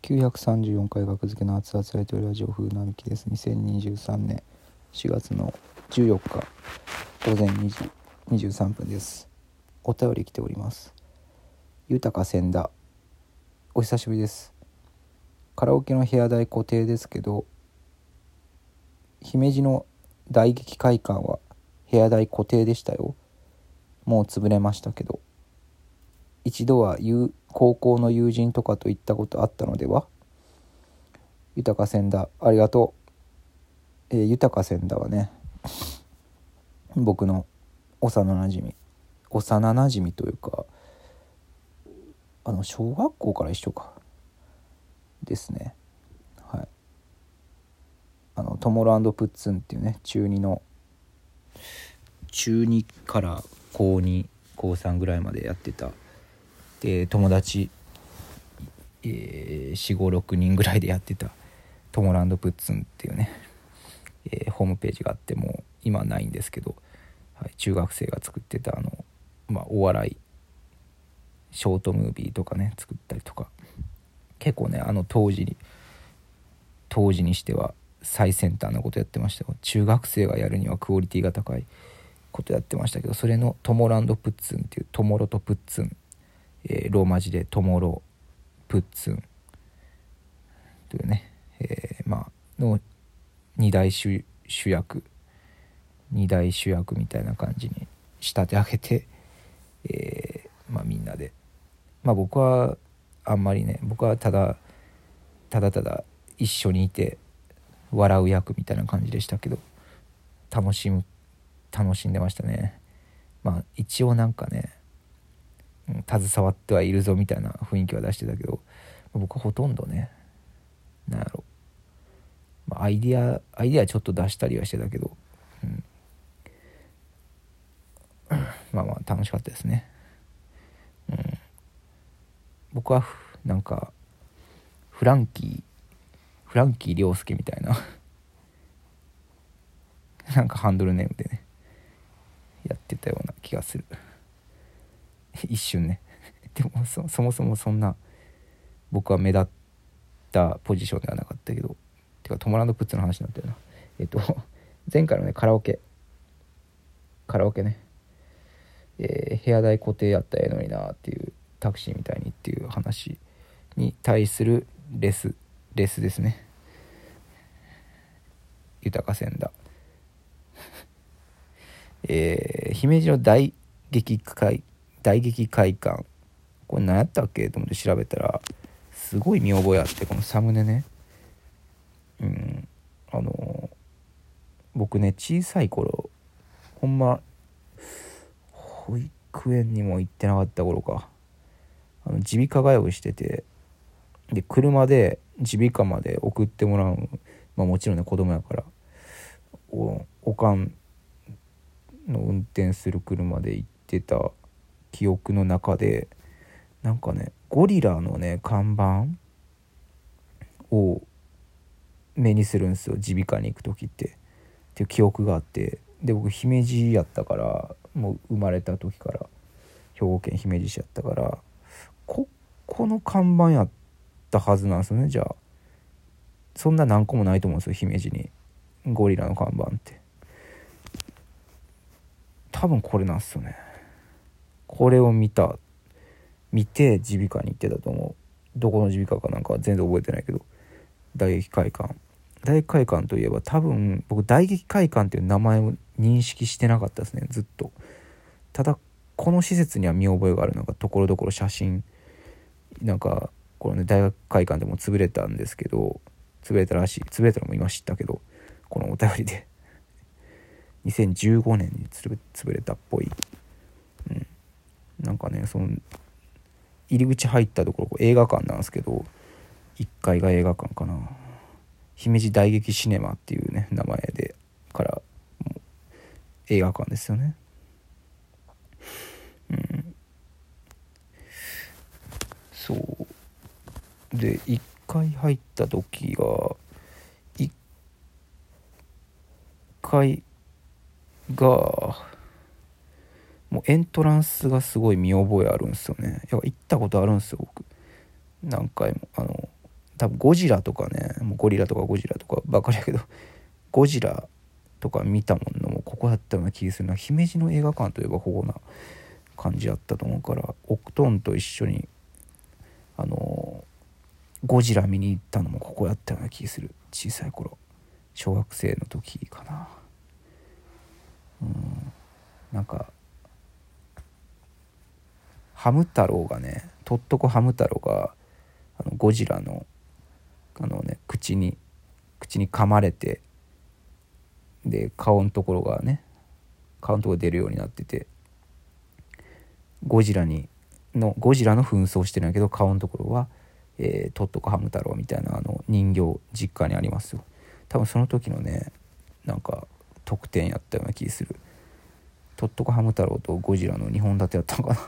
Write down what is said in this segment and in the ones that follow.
934回学付けの熱々やりとりラジオ風並木です。2023年4月の14日午前2時23分です。お便り来ております。豊か千田、お久しぶりです。カラオケの部屋代固定ですけど、姫路の大劇会館は部屋代固定でしたよ。もう潰れましたけど、一度は高校の友人とかと行ったことあったのでは。豊か千田、ありがとう。豊か千田はね、僕の幼なじみというか、小学校から一緒かですね。はい。トモロ&プッツンっていうね、中2から高2高3ぐらいまでやってた。で、友達、4、5、6人ぐらいでやってたトモロ&プッツンっていうね、ホームページがあって、もう今はないんですけど、はい、中学生が作ってたお笑いショートムービーとかね作ったりとか、結構ね当時にしては最先端なことやってましたよ。中学生がやるにはクオリティが高いことやってましたけど、それのトモロ&プッツンっていう、トモロとプッツン、ローマ字でトモロプッツンというね、の二大主役みたいな感じに仕立て上げて、みんなで、僕はあんまりね、僕はただ一緒にいて笑う役みたいな感じでしたけど、楽しんでましたね。一応なんかね、携わってはいるぞみたいな雰囲気は出してたけど、僕はほとんどね、なんやろ、アイディアちょっと出したりはしてたけど、楽しかったですね。僕はなんかフランキー涼介みたいななんかハンドルネームでねやってたような気がする一瞬ね。でもそもそもそんな僕は目立ったポジションではなかったけど、てかトモランドプッツの話になったよな。前回のねカラオケね、部屋代固定やったらええのになっていう、タクシーみたいにっていう話に対するレスですね。豊か千田姫路の大劇会館、これ何やったっけと思って調べたら、すごい見覚えあって、このサムネね、僕ね小さい頃、ほんま保育園にも行ってなかった頃か、耳鼻科通いしてて、で車で耳鼻科まで送ってもらう、もちろんね子供やから、おかんの運転する車で行ってた記憶の中で、なんかねゴリラのね看板を目にするんですよ、耳鼻科に行く時っていう記憶があって、で僕姫路やったから、もう生まれた時から兵庫県姫路市やったから、この看板やったはずなんですよね。じゃあそんな何個もないと思うんですよ、姫路にゴリラの看板って。多分これなんですよね。これを見て耳鼻科に行ってたと思う。どこの耳鼻科かなんかは全然覚えてないけど、大劇会館といえば、多分僕大劇会館っていう名前を認識してなかったですね、ずっと。ただこの施設には見覚えがあるのが、ところどころ写真、なんかこのね大学会館でも潰れたんですけど、潰れたのも今知ったけど、このお便りで2015年に潰れたっぽい。なんかね、その入り口入ったところ映画館なんですけど、1階が映画館かな、姫路大劇シネマっていうね名前でからもう映画館ですよね。そうで、1階入った時が、1階がもうエントランスがすごい見覚えあるんですよね。やっぱ行ったことあるんですよ僕、何回も。 多分ゴジラとかね、もうゴリラとかゴジラとかばっかりやけど、ゴジラとか見たものもここやったような気がするな。姫路の映画館といえばここな感じやったと思うから、おとんと一緒にゴジラ見に行ったのもここやったような気がする。小さい頃、小学生の時かな。なんかハム太郎がね、とっとこハム太郎がゴジラの口に噛まれて、で顔のところが出るようになってて、ゴジラの紛争してるんだけど、顔のところは、とっとこハム太郎みたいな人形実家にありますよ。多分その時のね、なんか特典やったような気がする。とっとこハム太郎とゴジラの2本立てやったのかな。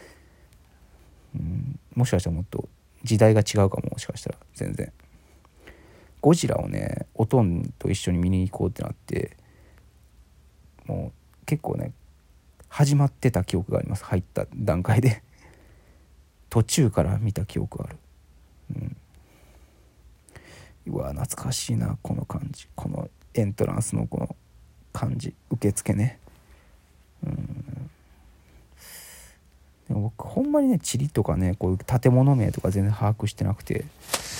もしかしたらもっと時代が違うかも。もしかしたら全然。ゴジラをね、おとんと一緒に見に行こうってなって、もう結構ね始まってた記憶があります。入った段階で途中から見た記憶がある。うわ懐かしいな、この感じ、このエントランスのこの感じ、受付ね。でも僕ほんまにね、地理とかね、こういう建物名とか全然把握してなくて、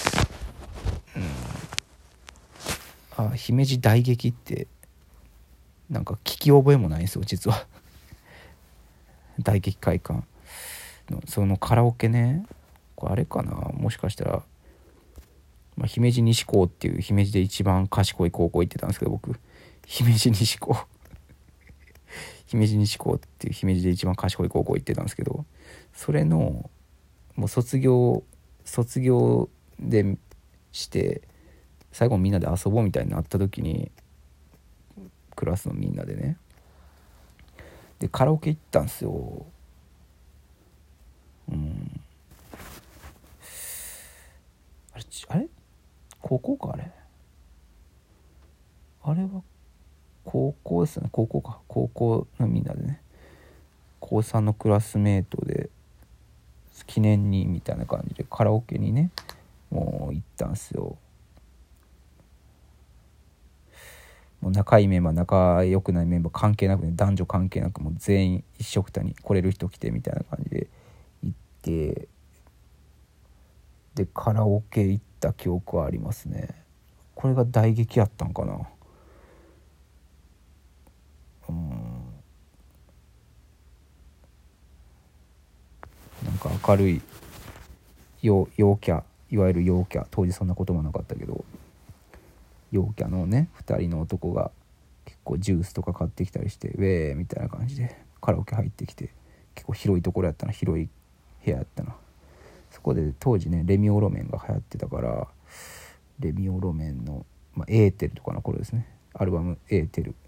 姫路大劇ってなんか聞き覚えもないんですよ実は。大劇会館のそのカラオケね、これあれかな、もしかしたら、姫路西高っていう姫路で一番賢い高校行ってたんですけど、僕姫路西高姫路西高っていう姫路で一番賢い高校行ってたんですけど、それのもう卒業でして最後みんなで遊ぼうみたいになった時に、クラスのみんなでね、でカラオケ行ったんですよ。あれ高校か、あれは高校ですよね。高校のみんなでね、高3のクラスメートで記念にみたいな感じでカラオケにね、もう行ったんですよ。もう仲いいメンバー仲良くないメンバー関係なくね、男女関係なくもう全員一緒くたに来れる人来てみたいな感じで行って、でカラオケ行った記憶はありますね。これが大劇やったんかな。なんか明るい陽キャ、いわゆる陽キャ、当時そんな言葉なかったけど、陽キャのね2人の男が結構ジュースとか買ってきたりして、ウェーみたいな感じでカラオケ入ってきて、結構広いところやったな、広い部屋やったな。そこで当時ねレミオロメンが流行ってたから、レミオロメンの、エーテルとかの頃ですね、アルバムエーテル。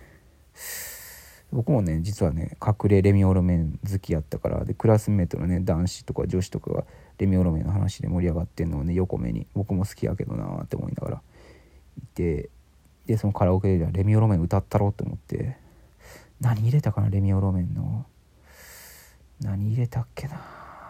僕もね実はね隠れレミオロメン好きやったから、でクラスメートのね男子とか女子とかがレミオロメンの話で盛り上がってんのをね横目に、僕も好きやけどなーって思いながらいて、でそのカラオケでレミオロメン歌ったろうと思って、何入れたかな、レミオロメンの何入れたっけな、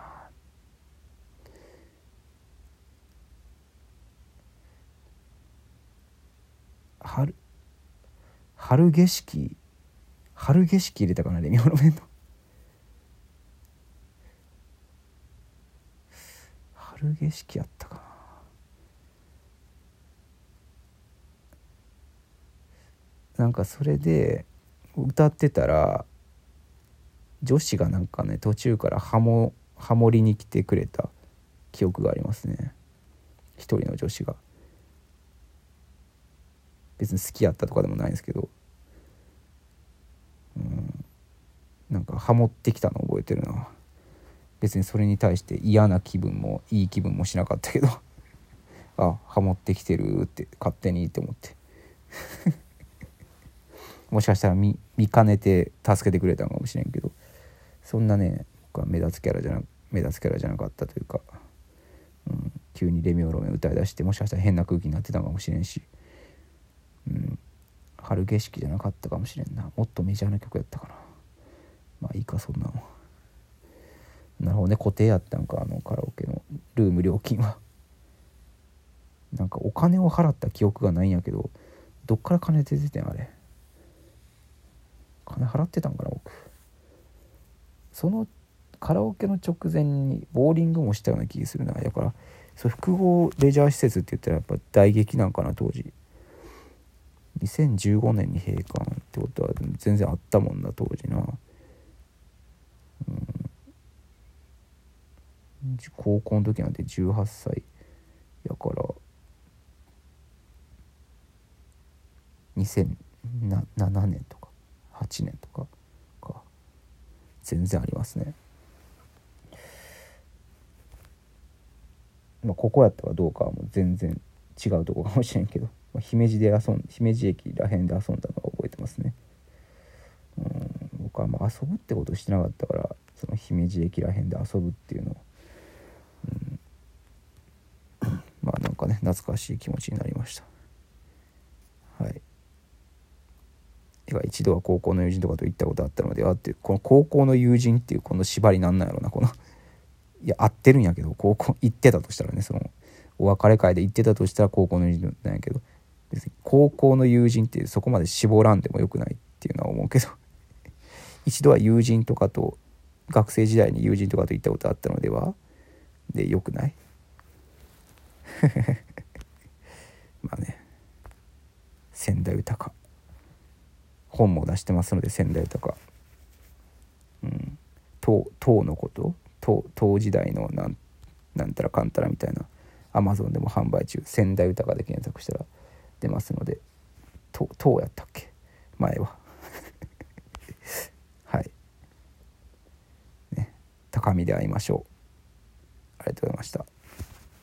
春景色入れたかな、レミオロメンの春景色やったかな。なんかそれで歌ってたら女子がなんかね途中からハモりに来てくれた記憶がありますね。一人の女子が別に好きやったとかでもないんですけど、なんかハモってきたの覚えてるな。別にそれに対して嫌な気分もいい気分もしなかったけどあ、ハモってきてるって勝手にって思ってもしかしたら見かねて助けてくれたのかもしれんけど、そんなね僕は目立つキャラじゃなかったというか、急にレミオロメン歌い出して、もしかしたら変な空気になってたのかもしれんし、春景色じゃなかったかもしれんな。もっとメジャーな曲やったかな。まあいいか、そんなの。なるほどね、固定やったんか、カラオケのルーム料金は。 なんかお金を払った記憶がないんやけど、どっから金出ててんあれ。金払ってたんかな僕。そのカラオケの直前にボーリングもしたような気がするな。だからそう複合レジャー施設って言ったらやっぱ大激なんかな当時。2015年に閉館ってことは全然あったもんな当時な。高校の時なんて18歳やから2007年とか8年とかか。全然ありますね。まあここやったかどうかはもう全然違うとこかもしれんけど、まあ、姫路駅らへんで遊んだのは覚えてますね。僕はまあ遊ぶってことしてなかったから、その姫路駅らへんで遊ぶっていうのを、まあなんかね懐かしい気持ちになりました。はい。一度は高校の友人とかと行ったことあったのではっていう、この高校の友人っていうこの縛りなんなんやろな、このいや合ってるんやけど、高校行ってたとしたらね、そのお別れ会で行ってたとしたら高校の友人なんやけど、別に高校の友人ってそこまで絞らんでもよくないっていうのは思うけど一度は友人とかと学生時代に友人とかと行ったことあったのではでよくないまあね、千田豊本も出してますので、千田豊、唐のこと唐時代のなんたらかんたらみたいな、アマゾンでも販売中、千田豊で検索したら出ますので、唐やったっけ前ははいね、高みで会いましょう。ありがとうございました。